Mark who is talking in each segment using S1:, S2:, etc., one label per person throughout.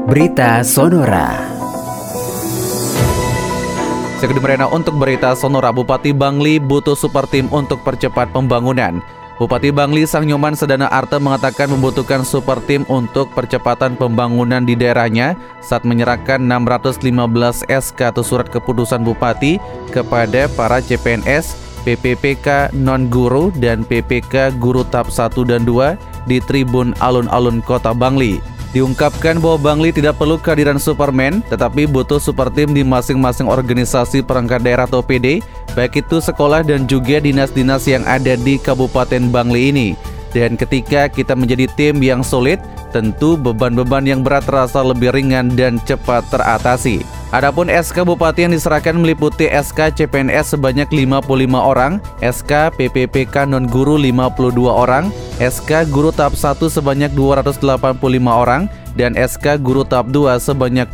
S1: Berita Sonora.
S2: Sekedip untuk berita Sonora, Bupati Bangli butuh super tim untuk percepat pembangunan. Bupati Bangli Sang Nyoman Sedana Arte mengatakan membutuhkan super tim untuk percepatan pembangunan di daerahnya saat menyerahkan 615 SK atau surat keputusan Bupati kepada para CPNS, PPPK non-guru dan PPK guru tahap 1 dan 2 di Tribun Alun-Alun Kota Bangli. Diungkapkan bahwa Bangli tidak perlu kehadiran Superman, tetapi butuh super tim di masing-masing organisasi perangkat daerah atau PD, baik itu sekolah dan juga dinas-dinas yang ada di Kabupaten Bangli ini. Dan ketika kita menjadi tim yang solid, tentu beban-beban yang berat terasa lebih ringan dan cepat teratasi. Adapun SK Bupati yang diserahkan meliputi SK CPNS sebanyak 55 orang, SK PPPK non-guru 52 orang, SK Guru Tahap 1 sebanyak 285 orang, dan SK Guru Tahap 2 sebanyak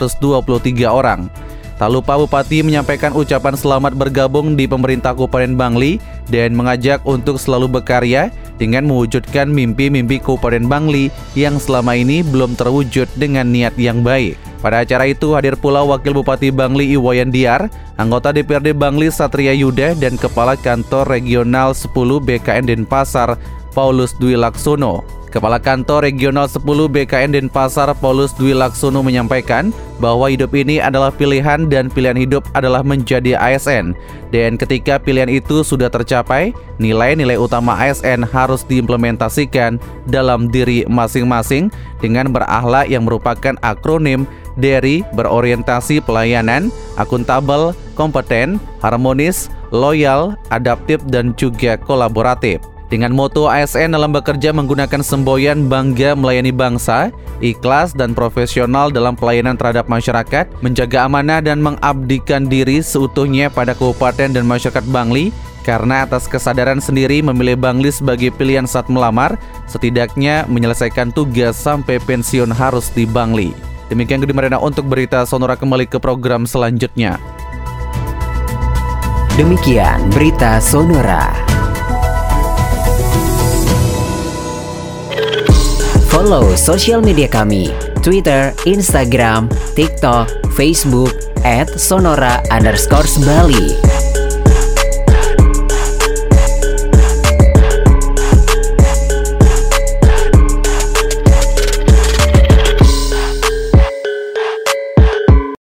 S2: 223 orang. Tak lupa Bupati menyampaikan ucapan selamat bergabung di pemerintah Kabupaten Bangli dan mengajak untuk selalu berkarya dengan mewujudkan mimpi-mimpi Kabupaten Bangli yang selama ini belum terwujud dengan niat yang baik. Pada acara itu hadir pula Wakil Bupati Bangli Iwayan Diar, anggota DPRD Bangli Satria Yuda, dan Kepala Kantor Regional 10 BKN Denpasar Paulus Dwi Laksono. Kepala Kantor Regional 10 BKN Denpasar Paulus Dwi Laksono menyampaikan bahwa hidup ini adalah pilihan dan pilihan hidup adalah menjadi ASN. Dan ketika pilihan itu sudah tercapai, nilai-nilai utama ASN harus diimplementasikan dalam diri masing-masing dengan berakhlak yang merupakan akronim dari berorientasi pelayanan, akuntabel, kompeten, harmonis, loyal, adaptif, dan juga kolaboratif. Dengan moto ASN dalam bekerja menggunakan semboyan bangga melayani bangsa, ikhlas dan profesional dalam pelayanan terhadap masyarakat, menjaga amanah dan mengabdikan diri seutuhnya pada kabupaten dan masyarakat Bangli, karena atas kesadaran sendiri memilih Bangli sebagai pilihan saat melamar, setidaknya menyelesaikan tugas sampai pensiun harus di Bangli. Demikian Gede Marena untuk berita Sonora, kembali ke program selanjutnya.
S1: Demikian berita Sonora. Follow sosial media kami, Twitter, Instagram, TikTok, Facebook @sonora_Bali.